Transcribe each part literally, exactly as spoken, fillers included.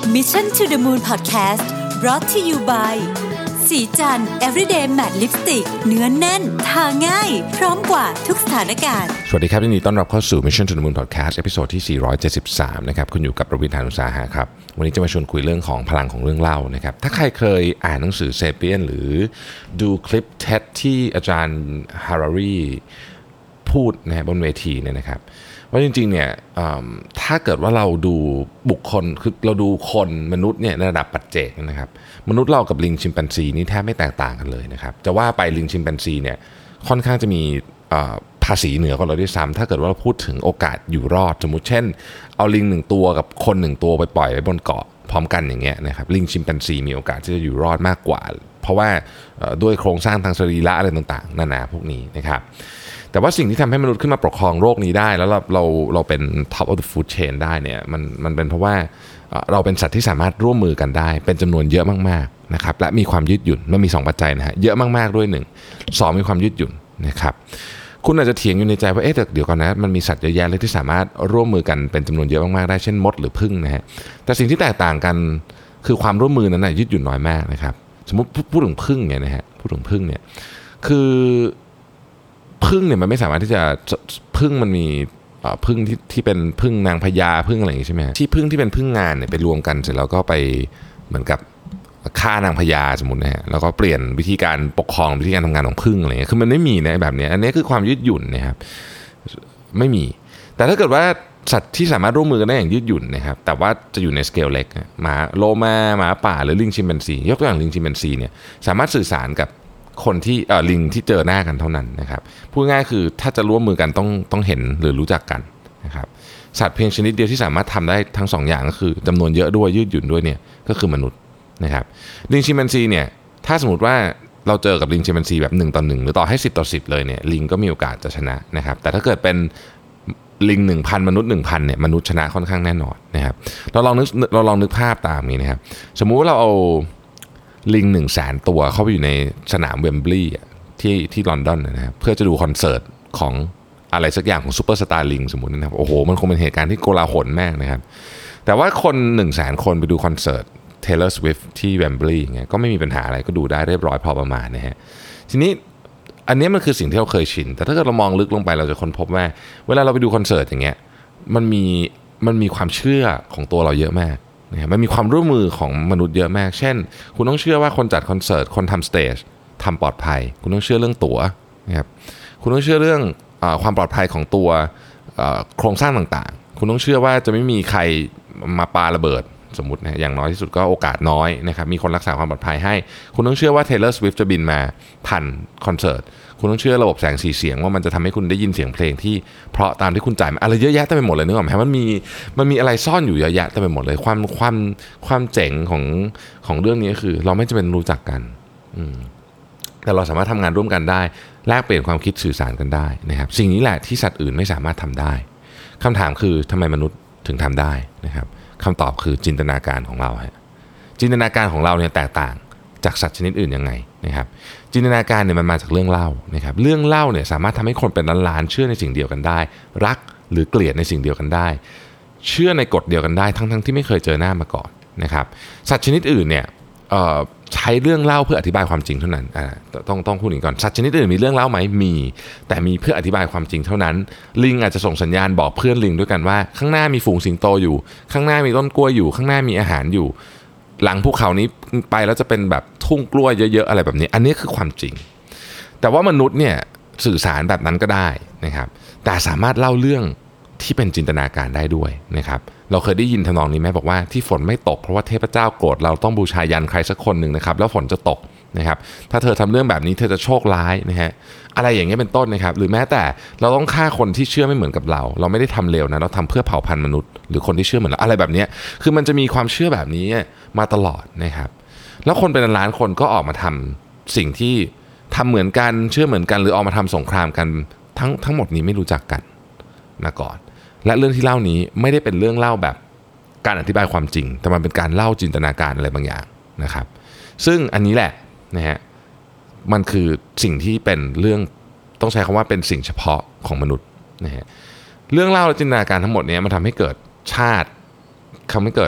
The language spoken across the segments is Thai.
Mission to the Moon Podcast brought to you by สีจัน Everyday Matte Lipstick เนื้อนแน่นทาง่ายพร้อมกว่าทุกสถานการณ์สวัสดีครับยินดีต้อนรับเข้าสู่ Mission to the Moon Podcast ตอนที่สี่ร้อยเจ็ดสิบสามนะครับคุณอยู่กับประวิทย์ หาญอุตสาหะครับวันนี้จะมาชวนคุยเรื่องของพลังของเรื่องเล่านะครับถ้าใครเคยอ่านหนังสือ Sapiens หรือดูคลิป ที อี ดี ที่อาจารย์ Harari พูดนะบนเวทีเนี่ยนะครับว่าจริงๆเนี่ยถ้าเกิดว่าเราดูบุคคลคือเราดูคนมนุษย์เนี่ยในระดับปัจเจกนะครับมนุษย์เรากับลิงชิมแปนซีนี่แทบไม่แตกต่างกันเลยนะครับจะว่าไปลิงชิมแปนซีเนี่ยค่อนข้างจะมีภาษีเหนือกว่าเราด้วยซ้ำถ้าเกิดว่าเราพูดถึงโอกาสอยู่รอดสมมุติเช่นเอาลิงหนึ่งตัวกับคนหนึ่งตัวไปปล่อยไว้บนเกาะพร้อมกันอย่างเงี้ยนะครับลิงชิมแปนซีมีโอกาสที่จะอยู่รอดมากกว่าเพราะว่าด้วยโครงสร้างทางสรีระอะไรต่างๆนานาพวกนี้นะครับแต่ว่าสิ่งที่ทำให้มนุษย์ขึ้นมาปกครองโลกนี้ได้แล้วเราเราเราเป็น top of the food chain ได้เนี่ยมันมันเป็นเพราะว่าเราเป็นสัตว์ที่สามารถร่วมมือกันได้เป็นจำนวนเยอะมากๆนะครับและมีความยืดหยุ่นมันมีสองปัจจัยนะฮะเยอะมากๆด้วยหนึ่งสองมีความยืดหยุ่นนะครับคุณอาจจะเถียงอยู่ในใจว่าเอ๊ะเดี๋ยวก่อนนะมันมีสัตว์เยอะแยะเลยที่สามารถร่วมมือกันเป็นจำนวนเยอะมากๆได้เช่นมดหรือผึ้งนะฮะแต่สิ่งที่แตกต่างกันคือความร่วมมือนั้นนะยืดหยุ่นน้อยมากนะครับสมมติพูดถึงผึ้งเนี่ยนะฮะพูดถึงผึ้งเนี่ยคือพึ่งเนี่ยมันไม่สามารถที่จะพึ่งมันมีพึ่งที่ที่เป็นพึ่งนางพญาพึ่งอะไรอย่างงี้ใช่ไหมที่พึ่งที่เป็นพึ่งงานเนี่ยไปรวมกันเสร็จแล้วก็ไปเหมือนกับฆ่านางพญาสมมุตินะฮะแล้วก็เปลี่ยนวิธีการปกครองวิธีการทำงานของพึ่งอะไรเงี้ยคือมันไม่มีนะแบบนี้อันนี้คือความยืดหยุ่นนะครับไม่มีแต่ถ้าเกิดว่าสัตว์ที่สามารถร่วมมือกันได้อย่างยืดหยุ่นนะครับแต่ว่าจะอยู่ในสเกลเล็กหมาโลมาหมาป่าหรือลิงชิมแปนซียกตัวอย่างลิงชิมแปนซีเนี่ยสามารถสื่อสารกับคนที่เอ่อลิงที่เจอหน้ากันเท่านั้นนะครับพูดง่ายคือถ้าจะร่วมมือกันต้องต้องเห็นหรือรู้จักกันนะครับสัตว์เพียงชนิดเดียวที่สามารถทำได้ทั้งสองอย่างก็คือจำนวนเยอะด้วยยืดหยุ่นด้วยเนี่ยก็คือมนุษย์นะครับลิงชิมแปนซีเนี่ยถ้าสมมติว่าเราเจอกับลิงชิมแปนซีแบบหนึ่งต่อหนึ่งหรือต่อให้สิบต่อสิบเลยเนี่ยลิงก็มีโอกาสจะชนะนะครับแต่ถ้าเกิดเป็นลิง หนึ่งพัน มนุษย์ หนึ่งพัน เนี่ยมนุษย์ชนะค่อนข้างแน่นอนนะครับเราลองนึกเราลองนึกภาพตามนี้นะครับสมมุติว่าเราเอาลิงหนึ่งแสนตัวเข้าไปอยู่ในสนามเวมบลีย์ที่ที่ลอนดอนนะครับเพื่อจะดูคอนเสิร์ตของอะไรสักอย่างของซูเปอร์สตาร์ลิงสมมุตินะครับโอ้โหมันคงเป็นเหตุการณ์ที่โกลาหลมากนะครับแต่ว่าคน หนึ่งแสน คนไปดูคอนเสิร์ต Taylor Swift ที่เวมบลีย์อย่างเงี้ยก็ไม่มีปัญหาอะไรก็ดูได้เรียบร้อยพอประมาณนะฮะทีนี้อันนี้มันคือสิ่งที่เราเคยชินแต่ถ้าเกิดเรามองลึกลงไปเราจะค้นพบว่าเวลาเราไปดูคอนเสิร์ตอย่างเงี้ยมันมีมันมีความเชื่อของตัวเราเยอะมากมันมีความร่วมมือของมนุษย์เยอะมากเช่นคุณต้องเชื่อว่าคนจัดคอนเสิร์ตคนทำสเตจทำปลอดภัยคุณต้องเชื่อเรื่องตั๋วนะครับคุณต้องเชื่อเรื่องเอ่อความปลอดภัยของตัวเอ่อโครงสร้างต่างๆคุณต้องเชื่อว่าจะไม่มีใครมาปาระเบิดสมมุตินะอย่างน้อยที่สุดก็โอกาสน้อยนะครับมีคนรักษาความปลอดภัยให้คุณต้องเชื่อว่า Taylor Swift จะบินมาทันคอนเสิร์ตคุณต้องเชื่อระบบแสงสีเสียงว่ามันจะทำให้คุณได้ยินเสียงเพลงที่เพราะตามที่คุณจ่ายอะไรเยอะแยะเต็มไปหมดเลยนึกออกไหมมันมีมันมีอะไรซ่อนอยู่เยอะแยะเต็มไปหมดเลยความความความเจ๋งของของเรื่องนี้คือเราไม่จำเป็นรู้จักกันแต่เราสามารถทำงานร่วมกันได้แลกเปลี่ยนความคิดสื่อสารกันได้นะครับสิ่งนี้แหละที่สัตว์อื่นไม่สามารถทำได้คำถามคือทำไมมนุษย์ถึงทำได้นะครับคำตอบคือจินตนาการของเราฮะจินตนาการของเราเนี่ยแตกต่างจากสัตว์ชนิดอื่นยังไงนะครับจินตนาการเนี่ยมันมาจากเรื่องเล่านะครับเรื่องเล่าเนี่ยสามารถทำให้คนเป็นล้านๆเชื่อในสิ่งเดียวกันได้รักหรือเกลียดในสิ่งเดียวกันได้เชื่อในกฎเดียวกันได้ทั้งๆที่ไม่เคยเจอหน้ามาก่อนนะครับสัตว์ชนิดอื่นเนี่ยใช้เรื่องเล่าเพื่ออธิบายความจริงเท่านั้นต้องต้องพูดอย่างก่อนสัตว์ชนิดอื่นมีเรื่องเล่าไหมมีแต่มีเพื่ออธิบายความจริงเท่านั้นลิงอาจจะส่งสัญญาณบอกเพื่อนลิงด้วยกันว่าข้างหน้ามีฝูงสิงโตอยู่ข้างหน้ามีต้นกล้วยอยู่ข้างหน้ามีอาหารอยู่หลังภูเขานี้ไปแล้วจะเป็นแบบทุ่งกล้วยเยอะๆอะไรแบบนี้อันนี้คือความจริงแต่ว่ามนุษย์เนี่ยสื่อสารแบบนั้นก็ได้นะครับแต่สามารถเล่าเรื่องที่เป็นจินตนาการได้ด้วยนะครับเราเคยได้ยินทำนองนี้ไหมบอกว่าที่ฝนไม่ตกเพราะว่าเทพเจ้าโกรธเราต้องบูชายันใครสักคนหนึ่งนะครับแล้วฝนจะตกนะครับถ้าเธอทำเรื่องแบบนี้เธอจะโชคร้ายนะฮะอะไรอย่างเงี้ยเป็นต้นนะครับหรือแม้แต่เราต้องฆ่าคนที่เชื่อไม่เหมือนกับเราเราไม่ได้ทำเลวนะเราทำเพื่อเผ่าพันธุ์มนุษย์หรือคนที่เชื่อเหมือนเราอะไรแบบนี้คือมันจะมีความเชื่อแบบนี้มาตลอดนะครับแล้วคนเป็นล้านคนก็ออกมาทำสิ่งที่ทำเหมือนกันเชื่อเหมือนกันหรือออกมาทำสงครามกันทั้งทั้งหมดนี้ไม่รู้จักกันมาก่อนและเรื่องที่เล่านี้ไม่ได้เป็นเรื่องเล่าแบบการอธิบายความจริงแต่มันเป็นการเล่าจินตนาการอะไรบางอย่างนะครับซึ่งอันนี้แหละนะฮะมันคือสิ่งที่เป็นเรื่องต้องใช้คำว่าเป็นสิ่งเฉพาะของมนุษย์นะฮะเรื่องเล่าและจินตนาการทั้งหมดนี้มันทำให้เกิดชาติทำให้เกิด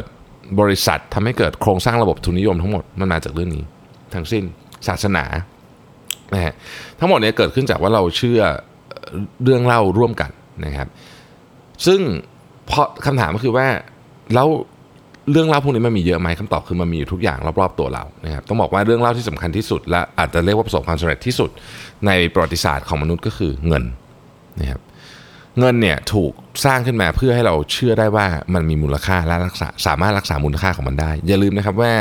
บริษัททำให้เกิดโครงสร้างระบบทุนนิยมทั้งหมดมันมาจากเรื่องนี้ทั้งสิ้นศาสนานะฮะทั้งหมดนี้เกิดขึ้นจากว่าเราเชื่อเรื่องเล่าร่วมกันนะครับซึ่งเพราะคำถามก็คือว่าแล้วเรื่องเล่าพวกนี้มันมีเยอะไหมคำตอบคือมันมีอยู่ทุกอย่างรอบๆตัวเรานะครับต้องบอกว่าเรื่องเล่าที่สำคัญที่สุดและอาจจะเรียกว่าประสบความสำเร็จที่สุดในประวัติศาสตร์ของมนุษย์ก็คือเงินนะครับเงินเนี่ยถูกสร้างขึ้นมาเพื่อให้เราเชื่อได้ว่ามันมีมูลค่าและรักษาสามารถรักษามูลค่าของมันได้อย่าลืมนะครับว่า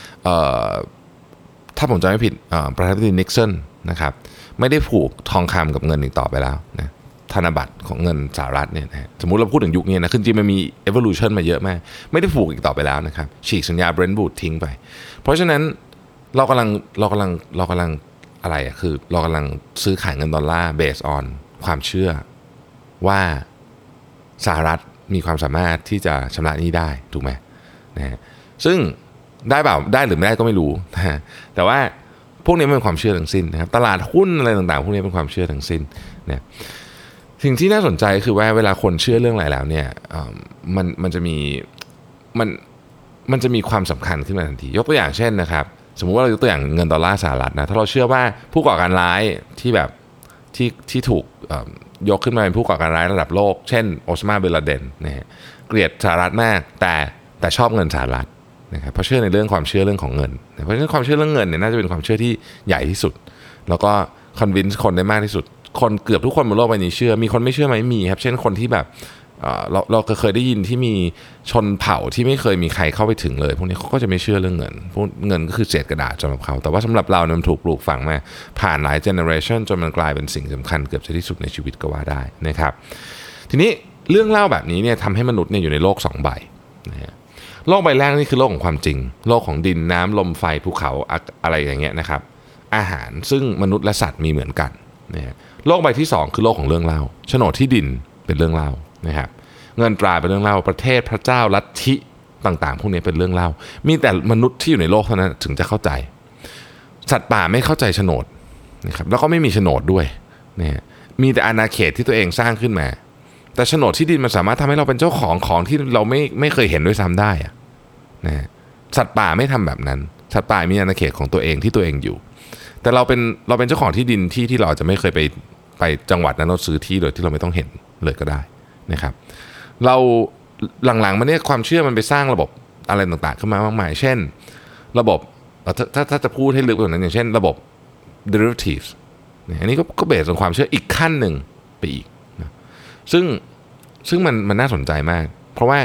ถ้าผมจำไม่ผิดประธานาธิบดีนิกสันนะครับไม่ได้ผูกทองคำกับเงินอีกต่อไปแล้วนะธนบัตรของเงินสหรัฐเนี่ยนะสมมุติเราพูดถึงยุคนี้นะคือจริงมันมี evolution มาเยอะมากไม่ได้ผูกอีกต่อไปแล้วนะครับฉีกสัญญาเบรนท์วูดทิ้งไปเพราะฉะนั้นเรากำลังเรากำลังเรากำลังอะไรอ่ะคือเรากำลังซื้อขายเงินดอลลาร์ based on ความเชื่อว่าสหรัฐมีความสามารถที่จะชำระหนี้ได้ถูกไหมนะฮะซึ่งได้เปล่าได้หรือไม่ได้ก็ไม่รู้นะแต่ว่าพวกนี้เป็นความเชื่อทั้งสิ้นนะครับตลาดหุ้นอะไรต่างๆพวกนี้เป็นความเชื่อทั้งสิ้นนะสิ่งที่น่าสนใจคือว่าเวลาคนเชื่อเรื่องอะไรแล้วเนี่ยมันมันจะมีมันมันจะมีความสำคัญขึ้นมาทันทียกตัวอย่างเช่นนะครับสมมุติว่าเรายกตัวอย่างเงินดอลลาร์สหรัฐนะถ้าเราเชื่อว่าผู้ก่อการร้ายที่แบบที่ที่ถูกยกขึ้นมาเป็นผู้ก่อการร้ายระดับโลกเช่นโอซามาบินลาเดนนะฮะเกลียดสหรัฐมากแต่แต่ชอบเงินสหรัฐนะครับเพราะเชื่อในเรื่องความเชื่อเรื่องของเงินเพราะฉะนั้นความเชื่อเรื่องเงินเนี่ยน่าจะเป็นความเชื่อที่ใหญ่ที่สุดแล้วก็คอนวินส์คนได้มากที่สุดคนเกือบทุกคนบนโลกใบนี้เชื่อมีคนไม่เชื่อไหมมีครับเช่นคนที่แบบเราเราเคยได้ยินที่มีชนเผ่าที่ไม่เคยมีใครเข้าไปถึงเลยพวกนี้เขาก็จะไม่เชื่อเรื่องเงินพวกเงินก็คือเศษกระดาษสำหรับเขาแต่ว่าสำหรับเราเนี่ยมันถูกปลูกฝังมาผ่านหลายเจเนอเรชันจนมันกลายเป็นสิ่งสำคัญเกือบจะที่สุดในชีวิตก็ว่าได้นะครับทีนี้เรื่องเล่าแบบนี้เนี่ยทำให้มนุษย์เนี่ยอยู่ในโลกสองใบนะฮะโลกใบแรกนี่คือโลกของความจริงโลกของดินน้ำลมไฟภูเขาอะไรอย่างเงี้ยนะครับอาหารซึ่งมนุษย์และสัตว์มีเหมือนกันนะฮะโลกใบที่สองคือโลกของเรื่องเล่าโฉนดที่ดินเป็นเรื่องเล่านะครับเงินตราเป็นเรื่องเล่าประเทศพระเจ้าลัทธิต่างๆพวกนี้เป็นเรื่องเล่ามีแต่มนุษย์ที่อยู่ในโลกเท่านั้นถึงจะเข้าใจสัตว์ป่าไม่เข้าใจโฉนดนะครับแล้วก็ไม่มีโฉนดด้วยนะฮะมีแต่อาณาเขตที่ตัวเองสร้างขึ้นมาแต่โฉนดที่ดินมันสามารถทำให้เราเป็นเจ้าของของที่เราไม่ไม่เคยเห็นด้วยซ้ำได้อะนะฮะสัตว์ป่าไม่ทำแบบนั้นสัตว์ป่ามีอาณาเขตของตัวเองที่ตัวเองอยู่แต่เราเป็นเราเป็นเจ้าของที่ดินที่ที่เราจะไม่เคยไปไปจังหวัดนั้นเราซื้อที่โดยที่เราไม่ต้องเห็นเลยก็ได้นะครับเราหลังๆมาเนี่ยความเชื่อมันไปสร้างระบบอะไรต่างๆขึ้นมามากมายเช่นระบบถ้าถ้าถ้าจะพูดให้ลึกกว่านั้นอย่างเช่นระบบ derivatives อันนี้ก็ก็เบสบนความเชื่ออีกขั้นหนึ่งไปอีกนะซึ่งซึ่งมันมันน่าสนใจมากเพราะว่า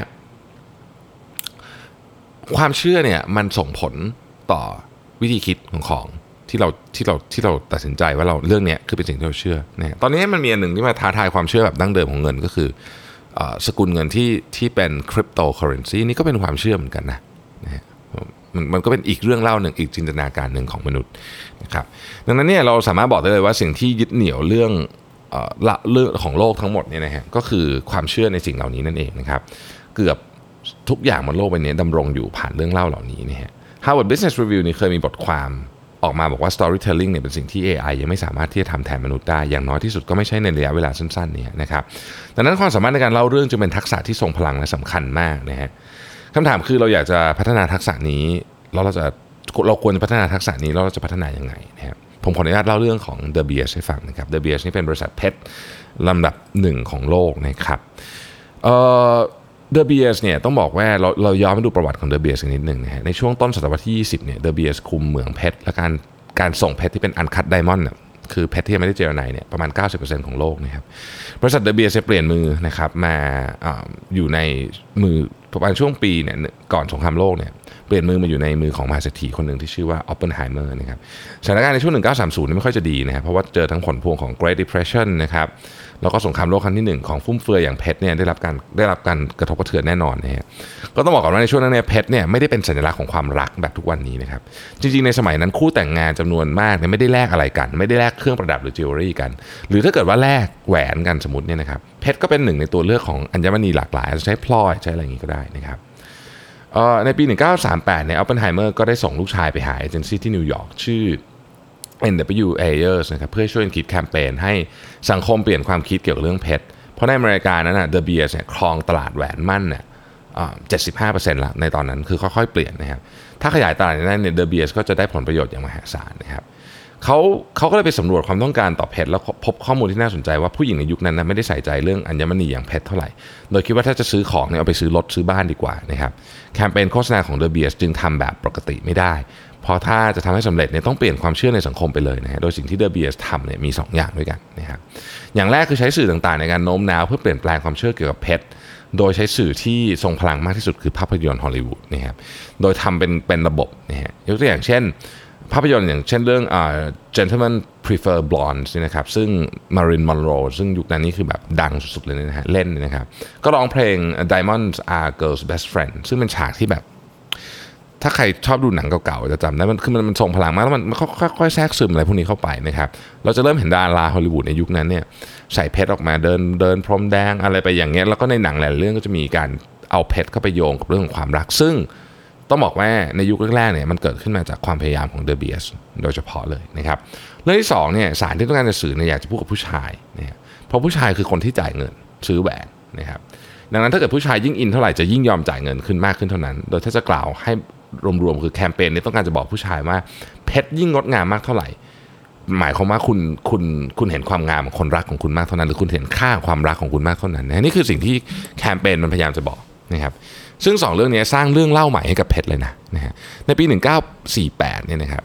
ความเชื่อเนี่ยมันส่งผลต่อวิธีคิดของของที่เราที่เราที่เราตัดสินใจว่าเราเรื่องนี้คือเป็นสิ่งที่เราเชื่อนะตอนนี้มันมีอันหนึ่งที่มาท้าทายความเชื่อแบบดั้งเดิมของเงินก็คือสกุลเงินที่ที่เป็นคริปโตเคอเรนซีนี่ก็เป็นความเชื่อเหมือนกันนะนะฮะมันมันก็เป็นอีกเรื่องเล่าหนึ่งอีกจินตนาการหนึ่งของมนุษย์นะครับดังนั้นเนี่ยเราสามารถบอกได้เลยว่าสิ่งที่ยึดเหนี่ยวเรื่องเอ่อละเรื่องของโลกทั้งหมดเนี่ยนะฮะก็คือความเชื่อในสิ่งเหล่านี้นั่นเองนะครับเกือบทุกอย่างบนโลกใบนี้ดำรงอยู่ผ่านเรื่องเล่าเหล่านี้นะฮะ Harvard Business Review นี่เคยมีบทความออกมาบอกว่า storytelling เนี่ยเป็นสิ่งที่ เอ ไอ ยังไม่สามารถที่จะทำแทนมนุษย์ได้อย่างน้อยที่สุดก็ไม่ใช่ในระยะเวลาสั้นๆนี้นะครับดังนั้นความสามารถในการเล่าเรื่องจึงเป็นทักษะที่ทรงพลังและสำคัญมากนะฮะคำถามคือเราอยากจะพัฒนาทักษะนี้แล้วเราจะเราควรจะพัฒนาทักษะนี้แล้วเราจะพัฒนายังไงนะครับผมขออนุญาตเล่าเรื่องของ The Beers ให้ฟังนะครับ The Beers นี่เป็นบริษัทเพชรลำดับหนึ่งของโลกนะครับเอ่อThe Beers เนี่ยต้องบอกว่าเราเราย้อนไปดูประวัติของ The Beers สักนิดนึงนะฮะในช่วงต้นศตวรรษที่ยี่สิบเนี่ย The Beers คุมเหมืองเพชรและการการส่งเพชรที่เป็นอันคัตไดมอนด์คือเพชรที่ไม่ได้เจรไนเนี่ยประมาณ เก้าสิบเปอร์เซ็นต์ ของโลกนะครับบริษัท The Beers เปลี่ยนมือนะครับมาอยู่ในมือประมาณช่วงปีเนี่ยก่อนสงครามโลกเนี่ยเปลี่ยนมือมาอยู่ในมือของมหาเศรษฐีคนหนึ่งที่ชื่อว่าออปเพนไฮเมอร์นะครับสถานการณ์ในช่วงหนึ่งพันเก้าร้อยสามสิบนี่ไม่ค่อยจะดีนะครับเพราะว่าเจอทั้งผลพวงของ Great Depression นะครับแล้วก็สงครามโลกครั้งที่หนึ่งของฟุ่มเฟือยอย่างเพชรเนี่ยได้รับการได้รับการกระทบกระเทือนแน่นอนนะฮะก็ต้องบอกก่อนว่าในช่วงนั้นเนี่ยเพชรเนี่ยไม่ได้เป็นสัญลักษณ์ของความรักแบบทุกวันนี้นะครับจริงๆในสมัยนั้นคู่แต่งงานจำนวนมากเนี่ยไม่ได้แลกอะไรกันไม่ได้แลกเครื่องประดับหรือจิวเวลรี่กันหรือถ้าเกิดว่าแลกแหวนกันสมมติเนี่ยนะครับเพชรก็เป็นหนึ่งในตัวเลือกของอัญมณีหลากหลายจะใช้พลอยใช้อะไรอย่างนี้ก็ได้นะครับในปีหนึ่งพันเก้าร้อยสามสิบแปดเนี่ยออปเพนไฮเมอร์ก็ได้ส่งลูกชายไปหาเอเจนซี่ที่นิวยอร์กชื่อ เอ็น ดับเบิลยู Ayers นะครับเพื่อช่วยคิดแคมเปญให้สังคมเปลี่ยนความคิดเกี่ยวกับเรื่องเพชรเพราะในอเมริกานั้นน่ะ The Beers เนี่ยครองตลาดแหวนมั่นเนี่ยเจ็ดสิบห้าเปอร์เซ็นต์ ละในตอนนั้นคือค่อยๆเปลี่ยนนะครับถ้าขยายตลาดนั้นเนี่ย De Beers ก็จะได้ผลประโยชน์อย่างมหาศาลนะครับเขาเขาก็เลยไปสำรวจความต้องการต่อเพชรแล้วพบข้อมูลที่น่าสนใจว่าผู้หญิงในยุคนั้นนะไม่ได้ใส่ใจเรื่องอัญมณีอย่างเพชรเท่าไหร่โดยคิดว่าถ้าจะซื้อของเนี่ยเอาไปซื้อรถซื้อบ้านดีกว่านะครับแคมเปญโฆษณาของ De Beers จึงทำแบบปกติไม่ได้เพราะถ้าจะทำให้สำเร็จเนี่ยต้องเปลี่ยนความเชื่อในสังคมไปเลยนะฮะโดยสิ่งที่ De Beers ทำเนี่ยมีสองอย่างด้วยกันนะครับอย่างแรกคือใช้สื่อต่างๆในการโน้มน้าวเพื่อเปลี่ยนแปลงความเชื่อเกี่ยวกับเพชรโดยใช้สื่อที่ทรงพลังมากที่สุดคือภาพยนตร์ฮอลลีวูดนะครับโดยทำเป็นเป็นระบบนะฮะยกตัวอย่างเช่นภาพยนตร์อย่างเช่นเรื่อง uh, Gentlemen Prefer Blondes นี่นะครับซึ่ง Marilyn Monroe ซึ่งยุคนั้นนี่คือแบบดังสุดๆเลยนะฮะเล่นนะครับก็ร้องเพลง Diamonds Are Girls' Best Friend ซึ่งเป็นฉากที่แบบถ้าใครชอบดูหนังเก่าๆจะจำได้มันคือมันมันทรงพลังมากแล้วมันมันค่อยๆแทรกซึมอะไรพวกนี้เข้าไปนะครับเราจะเริ่มเห็นดาราฮอลลีวูดในยุคนั้นเนี่ยใส่เพชรออกมาเดินเดินพรมแดงอะไรไปอย่างเงี้ยแล้วก็ในหนังหลายเรื่องก็จะมีการเอาเพชรเข้าไปโยงกับเรื่องของความรักซึ่งต้องบอกว่าในยุคแรกๆเนี่ยมันเกิดขึ้นมาจากความพยายามของ De Beers โดยเฉพาะเลยนะครับเรื่องที่สองเนี่ยสารที่ต้องการจะสื่อเนี่ยอยากจะพูดกับผู้ชายนะเพราะผู้ชายคือคนที่จ่ายเงินซื้อแหวนนะครับดังนั้นถ้าเกิดผู้ชายยิ่งอินเท่าไหร่จะยิ่งยอมจ่ายเงินขึ้นมากขึ้นเท่านั้นโดยถ้าจะกล่าวให้รวมๆคือแคมเปญนี้ต้องการจะบอกผู้ชายว่าเพชรยิ่งงดงามมากเท่าไหร่หมายความว่าคุณคุณคุณเห็นความงามของคนรักของคุณมากเท่านั้นหรือคุณเห็นค่าความรักของคุณมากเท่านั้นนะนี่คือสิ่งที่แคมเปญมันพยายามจะบอกนะครับซึ่งสองเรื่องนี้สร้างเรื่องเล่าใหม่ให้กับเพชรเลยนะนะฮะในปีหนึ่งเก้าสี่แปดเนี่ยนะครับ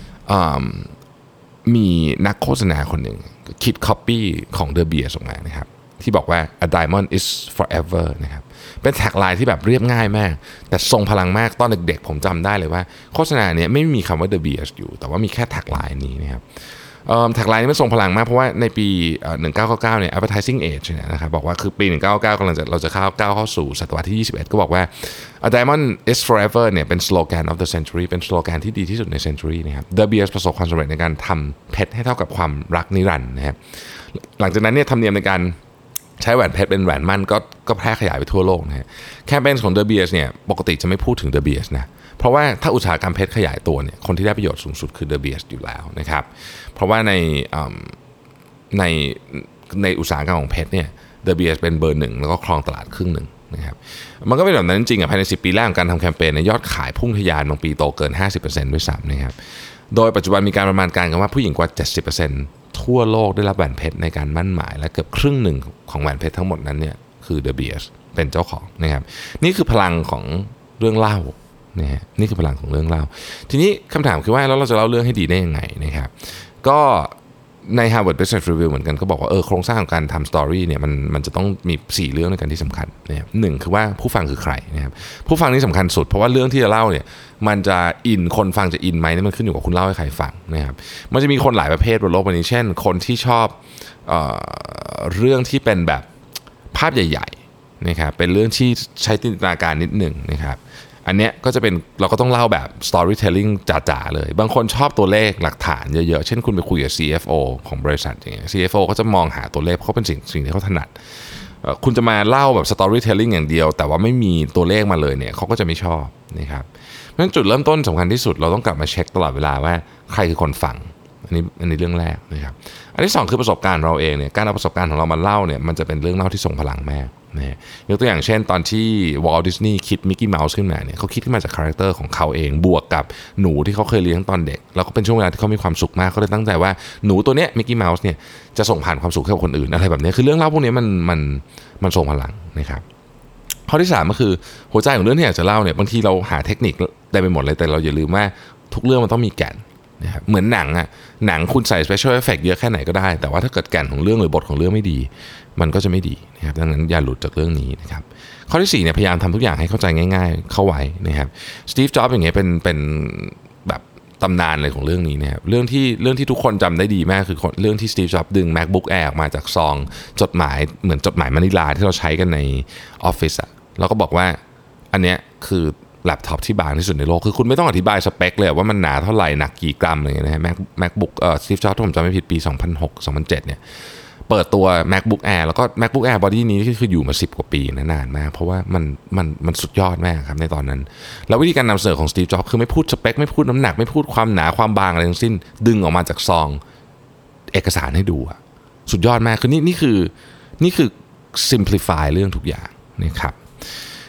มีนักโฆษณาคนหนึ่งคิดคัปปี้ของ De Beers ออกมานะครับที่บอกว่า a diamond is forever นะครับเป็นแท็กไลน์ที่แบบเรียบง่ายมากแต่ทรงพลังมากตอนเด็กๆผมจำได้เลยว่าโฆษณาเนี้ยไม่มีคำว่า De Beers อยู่แต่ว่ามีแค่แท็กไลน์นี้นะครับแท็กไลน์นี้มันทรงพลังมากเพราะว่าในปีหนึ่งเก้าเก้าเก้าเนี่ย advertising age เนี่ยนะครับบอกว่าคือปีหนึ่งเก้าเก้าเก้ากำลังจะเราจะเข้าก้าวเข้าสู่ศตวรรษที่ยี่สิบเอ็ดก็บอกว่า a diamond is forever เนี่ยเป็น slogan of the century เป็น slogan ที่ดีที่สุดใน century นะครับ De Beers ประสบความสำเร็จในการทำเพชรให้เท่ากับความรักนิรันดร์นะครับหลังจากนั้นเนี่ยธรรมเนียมในการใช้แหวนเพชรเป็นแหวนมั่นก็ก็แพร่ขยายไปทั่วโลกนะฮะแคมเปญของ De Beers เนี่ยปกติจะไม่พูดถึง De Beers นะเพราะว่าถ้าอุตสาหกรรมเพชรขยายตัวเนี่ยคนที่ได้ประโยชน์สูงสุดคือ De Beers อยู่แล้วนะครับเพราะว่าในในในอุตสาหกรรมของเพชรเนี่ย De Beers เป็นเบอร์หนึ่งแล้วก็ครองตลาดครึ่งหนึ่งนะครับมันก็เป็นแบบนั้นจริงๆอ่ะภายในสิบปีแรกของการทำแคมเปญในยอดขายพุ่งทะยานบางปีโตเกิน ห้าสิบเปอร์เซ็นต์ ด้วยซ้ำนะครับโดยปัจจุบันมีการประมาณการกันว่าผู้หญิงกว่า เจ็ดสิบเปอร์เซ็นต์ ทั่วโลกได้รับแหวนเพชรในการมั่นหมายและเกือบครึ่งหนึ่งของแหวนเพชรทั้งหมดนั้นเนี่ยคือ De Beers เป็นเจ้าของนะครับนี่คือพลังของเรื่องเล่านะฮะนี่คือพลังของเรื่องเล่าทีนี้คำถามคือว่าแล้วเราจะเล่าเรื่องให้ดีได้ยังไงนะครับก็ใน Harvard Business Review เหมือนกันก็บอกว่าเออโครงสร้างของการทำสตอรี่เนี่ยมันมันจะต้องมีสี่เรื่องด้วยกันที่สำคัญนะครับหนึ่งคือว่าผู้ฟังคือใครนะครับผู้ฟังนี่สำคัญสุดเพราะว่าเรื่องที่จะเล่าเนี่ยมันจะอินคนฟังจะอินไหมนี่มันขึ้นอยู่กับคุณเล่าให้ใครฟังนะครับมันจะมีคนหลายประเภทบนโลกใบนี้เช่นคนที่ชอบเอ่อเรื่องที่เป็นแบบภาพใหญ่ๆนะครับเป็นเรื่องที่ใช้จินตนาการนิดหนึ่งนะครับอันเนี้ยก็จะเป็นเราก็ต้องเล่าแบบ storytelling จ๋าๆเลยบางคนชอบตัวเลขหลักฐานเยอะๆเช่นคุณไปคุยกับ ซี เอฟ โอ ของบริษัทอย่างเงี้ย ซี เอฟ โอ ก็จะมองหาตัวเลขเพราะเป็นสิ่งสิ่งที่เขาถนัดคุณจะมาเล่าแบบ storytelling อย่างเดียวแต่ว่าไม่มีตัวเลขมาเลยเนี่ยเขาก็จะไม่ชอบนะครับเพราะฉะนั้นจุดเริ่มต้นสำคัญที่สุดเราต้องกลับมาเช็คตลอดเวลาว่าใครคือคนฟังอันนี้อันนี้เรื่องแรกนะครับอันที่สองคือประสบการณ์เราเองเนี่ยการเอาประสบการณ์ของเรามาเล่าเนี่ยมันจะเป็นเรื่องเล่าที่ทรงพลังมากนะยกตัวอย่างเช่นตอนที่วอลต์ดิสนีย์คิดมิกกี้เมาส์ขึ้นมาเนี่ยเขาคิดขึ้นมาจากคาแรคเตอร์ของเขาเองบวกกับหนูที่เขาเคยเลี้ยงตอนเด็กแล้วก็เป็นช่วงเวลาที่เขามีความสุขมากเขาเลยตั้งใจว่าหนูตัวเนี้ยมิกกี้เมาส์เนี่ยจะส่งผ่านความสุขให้กับคนอื่นอะไรแบบนี้คือเรื่องเล่าพวกนี้มันมันมันทรงพลังนะครับข้อที่สามก็คือหัวใจของเรื่องที่อยากจะเล่าเนี่ยบางทีเราหาเทคนิคได้ไปหมดเลยแต่เราอย่าลืมว่าทุกเรื่องมันต้องมีแก่นนะครับเหมือนหนังอะหนังคุณใส่ special effect เยอะแค่ไหนก็ได้แต่ว่าถ้าเกิดแก่นของเรื่องหรือบทของเรื่องไม่ดีมันก็จะไม่ดีนะครับดังนั้นอย่าหลุดจากเรื่องนี้นะครับข้อที่สี่เนี่ยพยายามทำทุกอย่างให้เข้าใจง่ายๆเข้าไว้นะครับสตีฟจ็อบส์อย่างเงี้ยเป็นเป็นแบบตำนานเลยของเรื่องนี้นะครับเรื่องที่เรื่องที่ทุกคนจำได้ดีมากคือเรื่องที่สตีฟจ็อบส์ดึง MacBook Air ออกมาจากซองจดหมายเหมือนจดหมายมะนิลาที่เราใช้กันในออฟฟิศอะแล้วก็บอกว่าอันเนี้ยคือแล็ปท็อปที่บางที่สุดในโลกคือคุณไม่ต้องอธิบายสเปคเลยว่ามันหนาเท่าไหร่หนักกี่กรัมอะไรเงี้ยนะฮะ Mac MacBook เอ่อ Steve Jobs ถ้าผมจำไม่ผิดปีสองพันหก สองพันเจ็ดเนี่ยเปิดตัว MacBook Air แล้วก็ MacBook Air body นี้ก็คืออยู่มาสิบกว่าปีนะนานมากเพราะว่ามันมันมันสุดยอดมากครับในตอนนั้นแล้ววิธีการนำเสนอของ Steve Jobs คือไม่พูดสเปคไม่พูดน้ำหนักไม่พูดความหนาความบางอะไรทั้งสิ้นดึงออกมาจากซองเอกสารให้ดูอะสุดยอดมากคือนี่นี่คือนี่คือ simplify เรื่องทุกอย่างนะครับ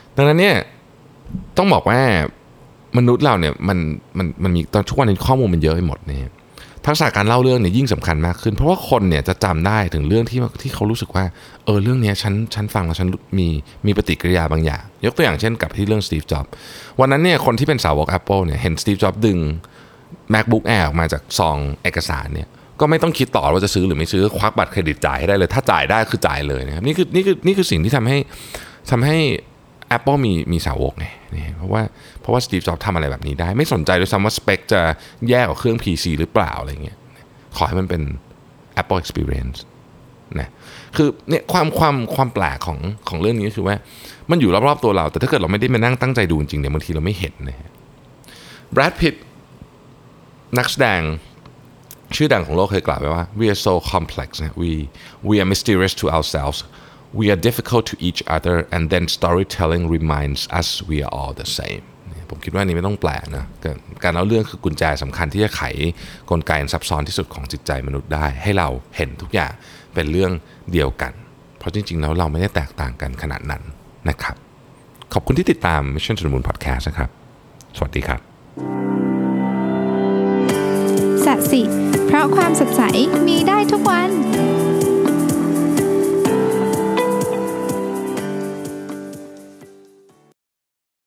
ดังนั้นเนี่ยต้องบอกว่ามนุษย์เราเนี่ยมันมันมันมีตอนทุกวันนี้ข้อมูลมันเยอะไปหมดเนี่ยทักษะการเล่าเรื่องเนี่ยยิ่งสำคัญมากขึ้นเพราะว่าคนเนี่ยจะจำได้ถึงเรื่องที่ที่เขารู้สึกว่าเออเรื่องนี้ฉันฉันฟังแล้วฉันมีมีปฏิกิริยาบางอย่างยกตัวอย่างเช่นกับที่เรื่องสตีฟจ็อบส์วันนั้นเนี่ยคนที่เป็นสาวก Apple เนี่ยเห็นสตีฟจ็อบส์ดึง MacBook Air ออกมาจากซองเอกสารเนี่ยก็ไม่ต้องคิดต่อว่าจะซื้อหรือไม่ซื้อควักบัตรเครดิตจ่ายให้ได้เลยถ้าจ่ายได้คือจ่ายเลยนะครับนี่คือนี่คือนี่คือสิ่งที่ทำให้ทำให้ Apple มีมีสาวกไงนี่เพราะว่าเพราะว่าสตีฟจ็อบส์ทำอะไรแบบนี้ได้ไม่สนใจด้วยซ้ำว่าสเปคจะแย่กว่าเครื่อง พี ซี หรือเปล่าอะไรเงี้ยขอให้มันเป็น Apple Experience นะคือเนี่ยความความความแปลกของของเรื่องนี้ก็คือว่ามันอยู่รอบๆตัวเราแต่ถ้าเกิดเราไม่ได้มานั่งตั้งใจดูจริงๆเนี่ยบางทีเราไม่เห็นนะฮะ Brad Pitt นักแสดงชื่อดังของโลกเคยกล่าวไว้ว่า we are so complex we we are mysterious to ourselves we are difficult to each other and then storytelling reminds us we are all the same ผมคิดว่านี่ไม่ต้องแปลกนะการเล่าเรื่องคือกุญแจสำคัญที่จะไขกลไกซับซ้อนที่สุดของจิตใจมนุษย์ได้ให้เราเห็นทุกอย่างเป็นเรื่องเดียวกันเพราะจริงๆแล้วเราไม่ได้แตกต่างกันขนาดนั้นนะครับขอบคุณที่ติดตาม Mission to the Moon Podcast นะครับสวัสดีครับสัตว์สิเพราะความสดใสมีได้ทุก